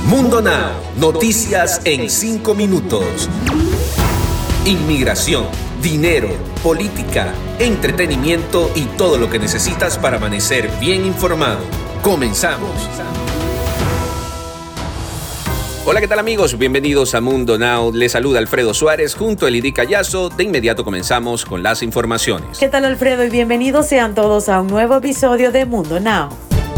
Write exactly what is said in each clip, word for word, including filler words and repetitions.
Mundo Now, noticias en cinco minutos. Inmigración, dinero, política, entretenimiento y todo lo que necesitas para amanecer bien informado. Comenzamos. Hola, ¿qué tal amigos? Bienvenidos a Mundo Now. Les saluda Alfredo Suárez junto a Elidy Callazo. De inmediato comenzamos con las informaciones. ¿Qué tal, Alfredo? Y bienvenidos sean todos a un nuevo episodio de Mundo Now.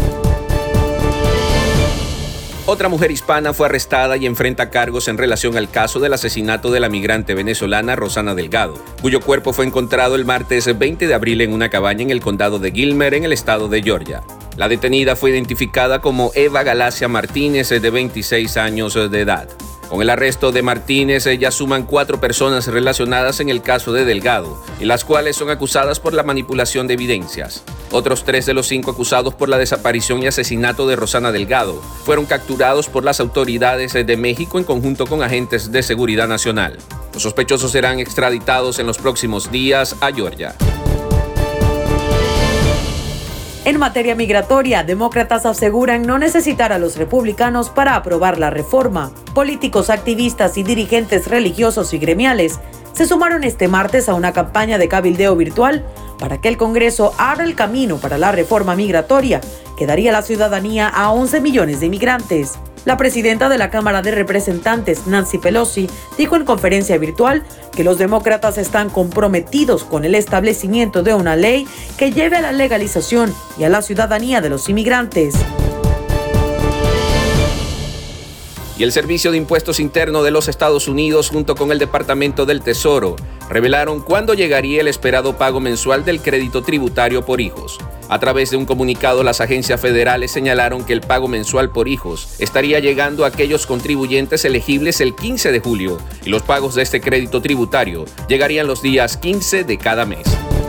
Otra mujer hispana fue arrestada y enfrenta cargos en relación al caso del asesinato de la migrante venezolana Rosana Delgado, cuyo cuerpo fue encontrado el martes veinte de abril en una cabaña en el condado de Gilmer, en el estado de Georgia. La detenida fue identificada como Eva Galacia Martínez, de veintiséis años de edad. Con el arresto de Martínez, ya suman cuatro personas relacionadas en el caso de Delgado, y las cuales son acusadas por la manipulación de evidencias. Otros tres de los cinco acusados por la desaparición y asesinato de Rosana Delgado fueron capturados por las autoridades de México en conjunto con agentes de seguridad nacional. Los sospechosos serán extraditados en los próximos días a Georgia. En materia migratoria, demócratas aseguran no necesitar a los republicanos para aprobar la reforma. Políticos, activistas y dirigentes religiosos y gremiales se sumaron este martes a una campaña de cabildeo virtual para que el Congreso abra el camino para la reforma migratoria que daría la ciudadanía a once millones de inmigrantes. La presidenta de la Cámara de Representantes, Nancy Pelosi, dijo en conferencia virtual que los demócratas están comprometidos con el establecimiento de una ley que lleve a la legalización y a la ciudadanía de los inmigrantes. Y el Servicio de Impuestos Internos de los Estados Unidos, junto con el Departamento del Tesoro, revelaron cuándo llegaría el esperado pago mensual del crédito tributario por hijos. A través de un comunicado, las agencias federales señalaron que el pago mensual por hijos estaría llegando a aquellos contribuyentes elegibles el quince de julio y los pagos de este crédito tributario llegarían los días quince de cada mes.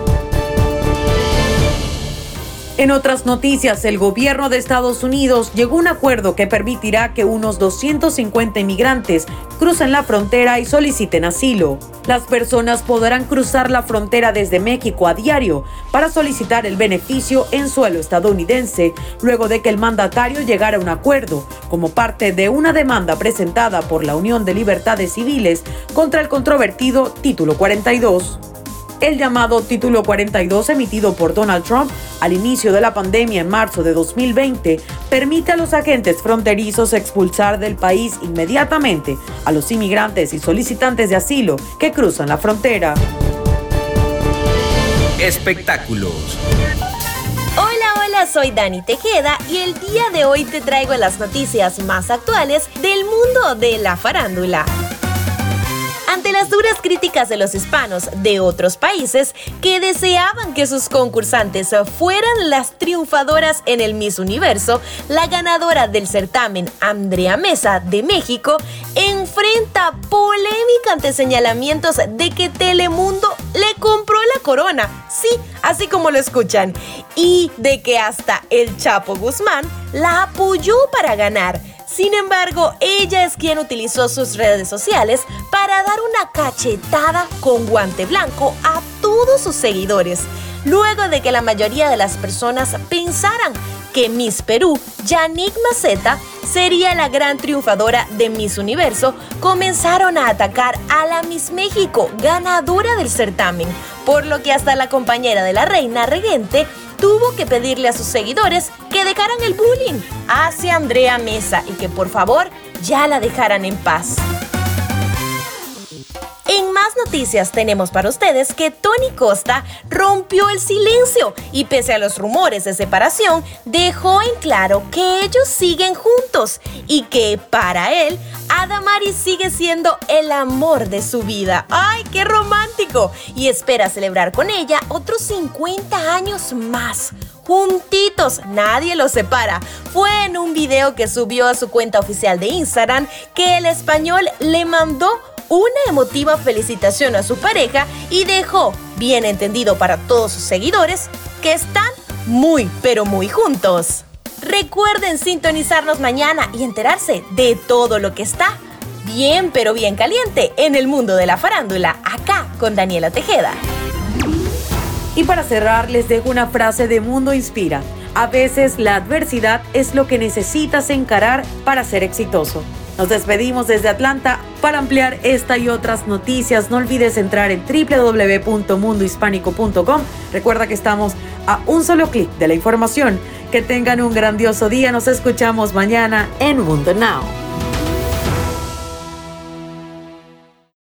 En otras noticias, el gobierno de Estados Unidos llegó a un acuerdo que permitirá que unos doscientos cincuenta inmigrantes crucen la frontera y soliciten asilo. Las personas podrán cruzar la frontera desde México a diario para solicitar el beneficio en suelo estadounidense, luego de que el mandatario llegara a un acuerdo como parte de una demanda presentada por la Unión de Libertades Civiles contra el controvertido Título cuarenta y dos. El llamado Título cuarenta y dos, emitido por Donald Trump al inicio de la pandemia en marzo de dos mil veinte, permite a los agentes fronterizos expulsar del país inmediatamente a los inmigrantes y solicitantes de asilo que cruzan la frontera. Espectáculos. Hola, hola, soy Dani Tejeda y el día de hoy te traigo las noticias más actuales del mundo de la farándula. Ante las duras críticas de los hispanos de otros países que deseaban que sus concursantes fueran las triunfadoras en el Miss Universo, la ganadora del certamen, Andrea Meza, de México, enfrenta polémica ante señalamientos de que Telemundo le compró la corona, sí, así como lo escuchan, y de que hasta el Chapo Guzmán la apoyó para ganar. Sin embargo, ella es quien utilizó sus redes sociales para dar una cachetada con guante blanco a todos sus seguidores, luego de que la mayoría de las personas pensaran que Miss Perú, Yannick Maceta, sería la gran triunfadora de Miss Universo. Comenzaron a atacar a la Miss México, ganadora del certamen, por lo que hasta la compañera de la reina regente tuvo que pedirle a sus seguidores que dejaran el bullying hacia Andrea Meza y que por favor ya la dejaran en paz. En más noticias tenemos para ustedes que Tony Costa rompió el silencio y pese a los rumores de separación, dejó en claro que ellos siguen juntos y que para él, Adamari sigue siendo el amor de su vida. ¡Ay, qué romántico! Y espera celebrar con ella otros cincuenta años más. Juntitos, nadie los separa. Fue en un video que subió a su cuenta oficial de Instagram que el español le mandó una emotiva felicitación a su pareja y dejó bien entendido para todos sus seguidores que están muy, pero muy juntos. Recuerden sintonizarnos mañana y enterarse de todo lo que está bien, pero bien caliente en el mundo de la farándula, acá con Daniela Tejeda. Y para cerrar, les dejo una frase de Mundo Inspira. A veces la adversidad es lo que necesitas encarar para ser exitoso. Nos despedimos desde Atlanta. Para ampliar esta y otras noticias, no olvides entrar en doble u doble u doble u punto mundo hispánico punto com. Recuerda que estamos a un solo clic de la información. Que tengan un grandioso día. Nos escuchamos mañana en Mundo Now.